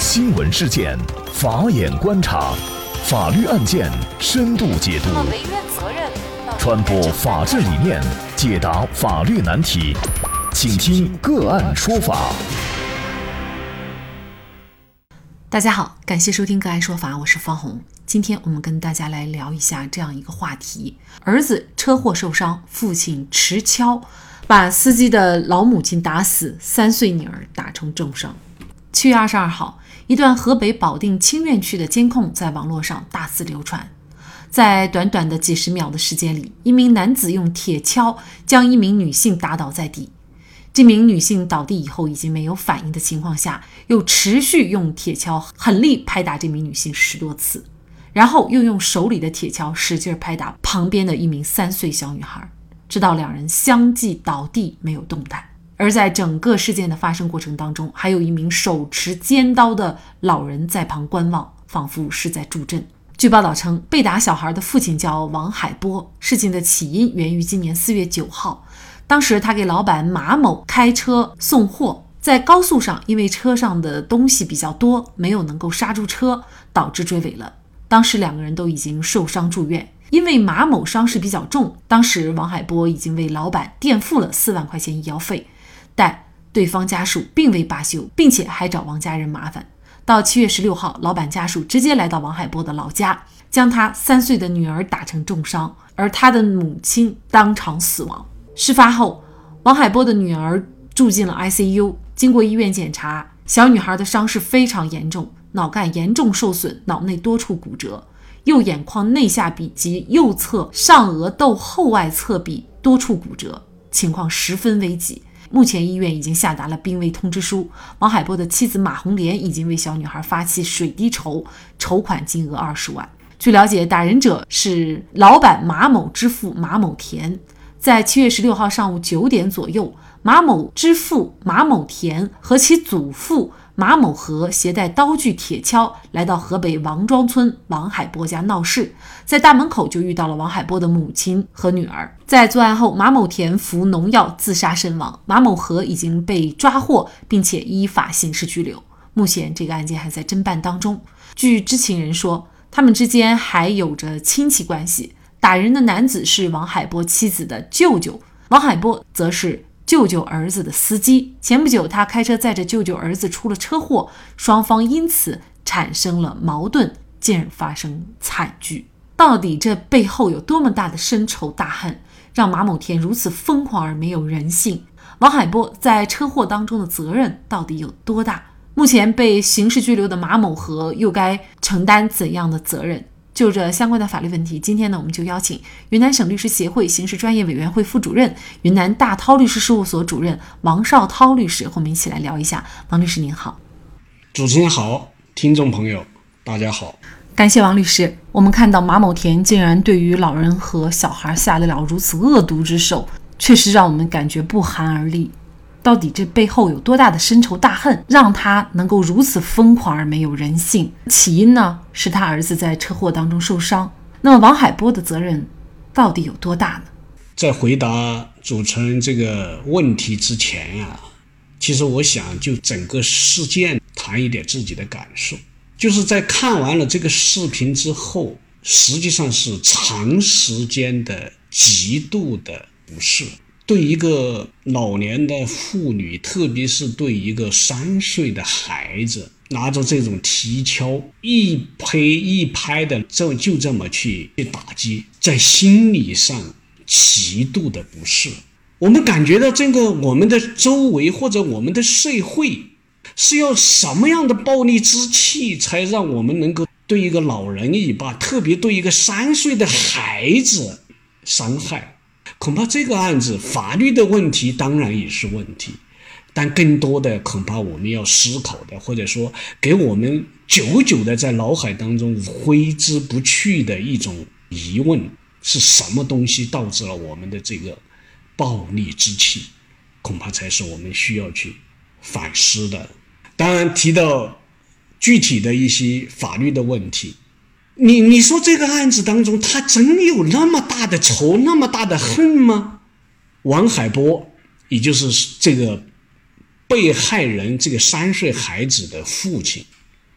新闻事件，法眼观察，法律案件深度解读，传播法治理念，解答法律难题，请听个案说法。 大家好，感谢收听个案说法，我是方红。今天我们跟大家来聊一下这样一个话题：儿子车祸受伤，父亲持锹把司机的老母亲打死，3岁女儿打成重伤。7月22号，一段河北保定清苑区的监控在网络上大肆流传。在短短的几十秒的时间里，一名男子用铁锹将一名女性打倒在地。这名女性倒地以后已经没有反应的情况下，又持续用铁锹狠力拍打这名女性10多次，然后又用手里的铁锹使劲拍打旁边的一名3岁小女孩，直到两人相继倒地没有动弹。而在整个事件的发生过程当中，还有一名手持尖刀的老人在旁观望，仿佛是在助阵。据报道称，被打小孩的父亲叫王海波，事情的起因源于今年4月9号，当时他给老板马某开车送货，在高速上因为车上的东西比较多，没有能够刹住车，导致追尾了。当时两个人都已经受伤住院。因为马某伤势比较重，当时王海波已经为老板垫付了4万块钱医药费，但对方家属并未罢休，并且还找王家人麻烦。到7月16号，老板家属直接来到王海波的老家，将他3岁的女儿打成重伤，而他的母亲当场死亡。事发后，王海波的女儿住进了 ICU， 经过医院检查，小女孩的伤势非常严重，脑干严重受损，脑内多处骨折，右眼眶内下壁及右侧上额窦后外侧壁多处骨折，情况十分危急。目前医院已经下达了病危通知书，王海波的妻子马红莲已经为小女孩发起水滴筹，筹款金额20万。据了解，打人者是老板马某之父马某田。在7月16号上午9点左右，马某之父马某田和其祖父马某和携带刀具铁锹来到河北王庄村王海波家闹事，在大门口就遇到了王海波的母亲和女儿。在作案后，马某田服农药自杀身亡，马某和已经被抓获，并且依法刑事拘留。目前这个案件还在侦办当中。据知情人说，他们之间还有着亲戚关系，打人的男子是王海波妻子的舅舅，王海波则是舅舅儿子的司机。前不久他开车载着舅舅儿子出了车祸，双方因此产生了矛盾，进而发生惨剧。到底这背后有多么大的深仇大恨，让马某田如此疯狂而没有人性？王海波在车祸当中的责任到底有多大？目前被刑事拘留的马某和又该承担怎样的责任？就这相关的法律问题，今天呢，我们就邀请云南省律师协会刑事专业委员会副主任、云南大韬律师事务所主任王绍涛律师和我们一起来聊一下。王律师您好。 主持人好，听众朋友大家好。 感谢王律师。我们看到马某田竟然对于老人和小孩下得了如此恶毒之手，确实让我们感觉不寒而栗。到底这背后有多大的深仇大恨，让他能够如此疯狂而没有人性？起因呢，是他儿子在车祸当中受伤。那么王海波的责任到底有多大呢？ 在回答主持人这个问题之前其实我想就整个事件谈一点自己的感受。就是在看完了这个视频之后，实际上是长时间的极度的不适。对一个老年的妇女，特别是对一个3岁的孩子，拿着这种提锹一拍的就这么去打击，在心理上极度的不适。我们感觉到这个我们的周围或者我们的社会是要什么样的暴力之气，才让我们能够对一个老人一把，特别对一个3岁的孩子伤害。恐怕这个案子法律的问题当然也是问题，但更多的恐怕我们要思考的，或者说给我们久久的在脑海当中挥之不去的一种疑问，是什么东西导致了我们的这个暴力之气，恐怕才是我们需要去反思的。当然提到具体的一些法律的问题，你说这个案子当中他真有那么大的仇，那么大的恨吗？王海波也就是这个被害人这个3岁孩子的父亲，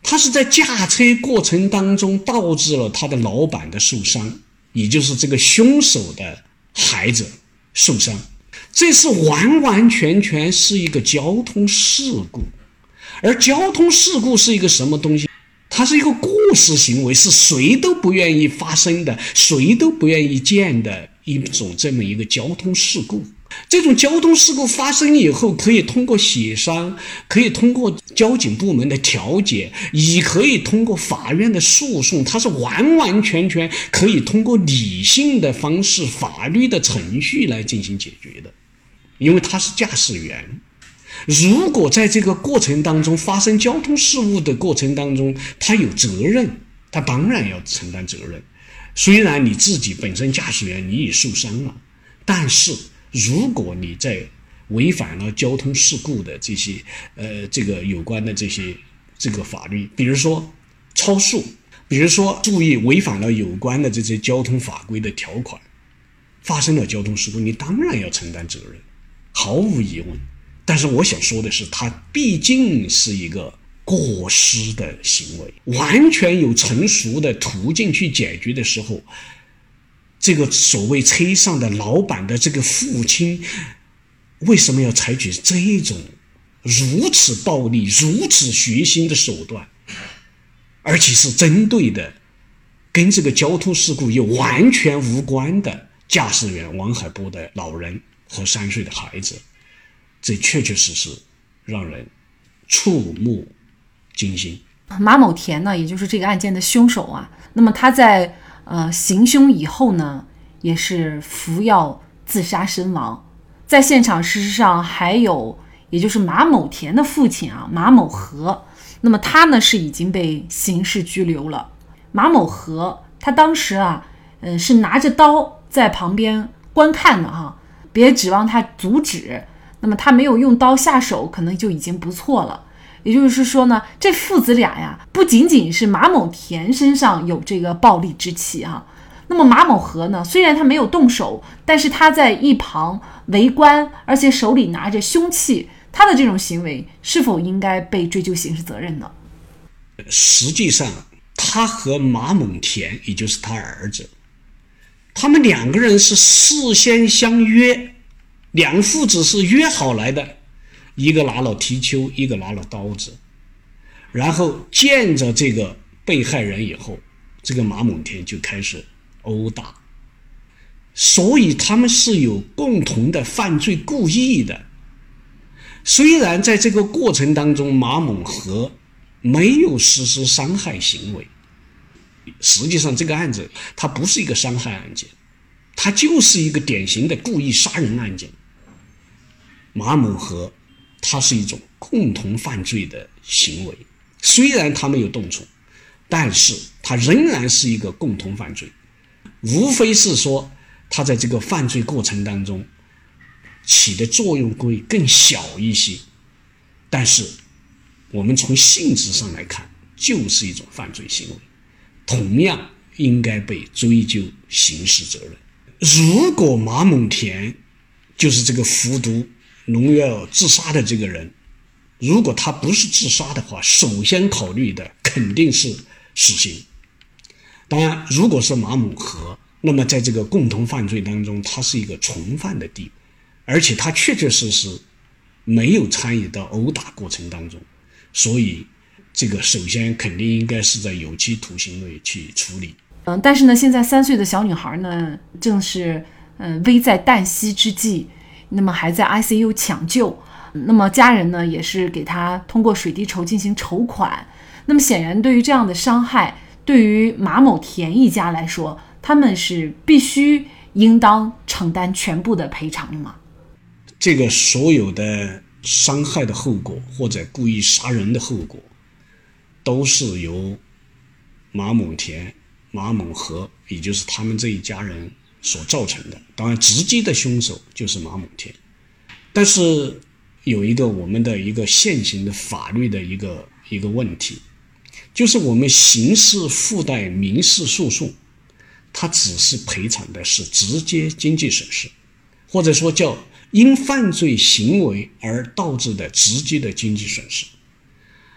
他是在驾车过程当中导致了他的老板的受伤，也就是这个凶手的孩子受伤，这是完完全全是一个交通事故。而交通事故是一个什么东西？它是一个过失行为，是谁都不愿意发生的，谁都不愿意见的一种这么一个交通事故。这种交通事故发生以后，可以通过协商，可以通过交警部门的调解，也可以通过法院的诉讼，它是完完全全可以通过理性的方式、法律的程序来进行解决的。因为他是驾驶员，如果在这个过程当中发生交通事故的过程当中，他有责任，他当然要承担责任。虽然你自己本身驾驶员你也受伤了，但是如果你在违反了交通事故的这些这个有关的这个法律，比如说超速，比如说注意违反了有关的这些交通法规的条款，发生了交通事故，你当然要承担责任，毫无疑问。但是我想说的是，它毕竟是一个过失的行为，完全有成熟的途径去解决的时候，这个所谓车上的老板的这个父亲为什么要采取这种如此暴力、如此血腥的手段，而且是针对的跟这个交通事故又完全无关的驾驶员王海波的老人和3岁的孩子？这确确实实让人触目惊心。 马某田呢，也就是这个案件的凶手啊，那么他在行凶以后呢，也是服药自杀身亡。在现场事实上还有，也就是马某田的父亲啊，马某和，那么他呢是已经被刑事拘留了。马某和他当时啊，是拿着刀在旁边观看的哈，别指望他阻止。那么他没有用刀下手，可能就已经不错了。也就是说呢，这父子俩呀，不仅仅是马某田身上有这个暴力之气哈。那么马某和呢，虽然他没有动手，但是他在一旁围观，而且手里拿着凶器，他的这种行为是否应该被追究刑事责任呢？ 实际上，他和马某田，也就是他儿子，他们2个人是事先相约，两父子是约好来的，一个拿了踢球，一个拿了刀子，然后见着这个被害人以后，这个马某田就开始殴打，所以他们是有共同的犯罪故意的。虽然在这个过程当中马某和没有实施伤害行为，实际上这个案子它不是一个伤害案件，它就是一个典型的故意杀人案件。马某和它是一种共同犯罪的行为，虽然他没有动手，但是它仍然是一个共同犯罪，无非是说他在这个犯罪过程当中起的作用会更小一些，但是我们从性质上来看，就是一种犯罪行为，同样应该被追究刑事责任。如果马某田就是这个服毒农药自杀的这个人，如果他不是自杀的话，首先考虑的肯定是死刑。当然如果是马某和，那么在这个共同犯罪当中，他是一个从犯的地位，而且他确确实实没有参与到殴打过程当中，所以这个首先肯定应该是在有期徒刑内去处理。 但是呢，现在3岁的小女孩呢，正是危在旦夕之际，那么还在 ICU 抢救，那么家人呢也是给她通过水滴筹进行筹款。那么显然，对于这样的伤害，对于马某田一家来说，他们是必须应当承担全部的赔偿的吗？ 这个所有的伤害的后果或者故意杀人的后果，都是由马某田、马某和，也就是他们这一家人所造成的。当然直接的凶手就是马某田，但是有一个我们的一个现行的法律的一个问题，就是我们刑事附带民事诉讼，它只是赔偿的是直接经济损失，或者说叫因犯罪行为而导致的直接的经济损失。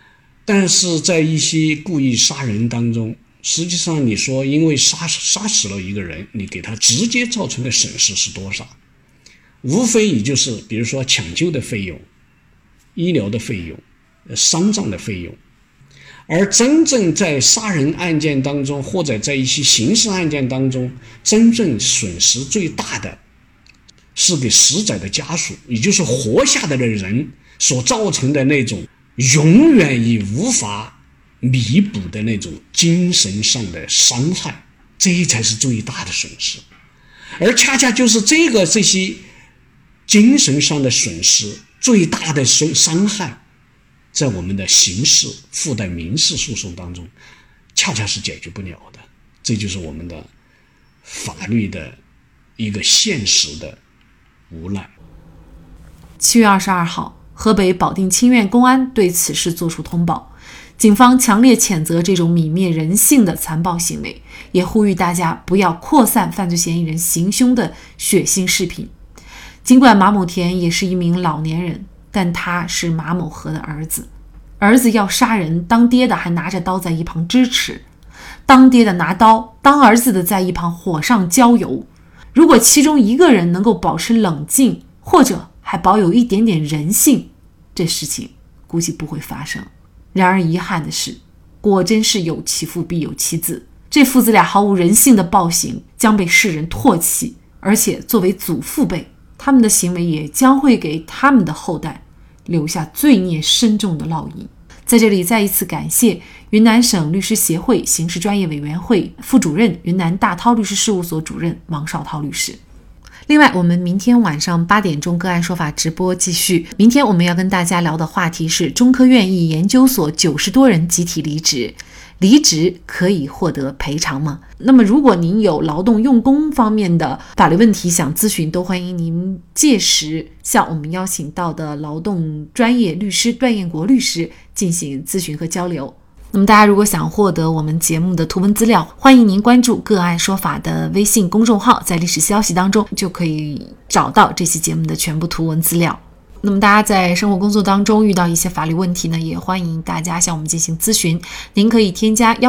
但是在一些故意杀人当中，实际上你说因为杀死了一个人，你给他直接造成的损失是多少？无非也就是比如说抢救的费用、医疗的费用、丧葬的费用。而真正在杀人案件当中，或者在一些刑事案件当中，真正损失最大的是给死者的家属，也就是活下来的人所造成的那种永远也无法弥补的那种精神上的伤害，这才是最大的损失。而恰恰就是这些精神上的损失最大的伤害，在我们的刑事附带民事诉讼当中恰恰是解决不了的。这就是我们的法律的一个现实的无奈。 7月22号，河北保定清苑公安对此事作出通报，警方强烈谴责这种泯灭人性的残暴行为，也呼吁大家不要扩散犯罪嫌疑人行凶的血腥视频。尽管马某田也是一名老年人，但他是马某和的儿子。儿子要杀人，当爹的还拿着刀在一旁支持，当爹的拿刀，当儿子的在一旁火上浇油。如果其中一个人能够保持冷静，或者还保有一点点人性，这事情估计不会发生。然而遗憾的是，果真是有其父必有其子，这父子俩毫无人性的暴行将被世人唾弃，而且作为祖父辈，他们的行为也将会给他们的后代留下罪孽深重的烙印。在这里再一次感谢云南省律师协会刑事专业委员会副主任、云南大韬律师事务所主任王绍涛律师。另外，我们明天晚上8点钟个案说法直播继续。明天我们要跟大家聊的话题是中科院一研究所90多人集体离职，离职可以获得赔偿吗？那么如果您有劳动用工方面的法律问题想咨询，都欢迎您届时向我们邀请到的劳动专业律师段彦国律师进行咨询和交流。那么大家如果想获得我们节目的图文资料，欢迎您关注个案说法的微信公众号，在历史消息当中就可以找到这期节目的全部图文资料。那么大家在生活工作当中遇到一些法律问题呢，也欢迎大家向我们进行咨询。您可以添加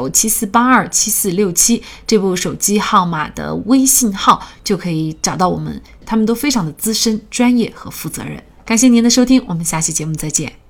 15974827467这部手机号码的微信号，就可以找到我们，他们都非常的资深、专业和负责任。感谢您的收听，我们下期节目再见。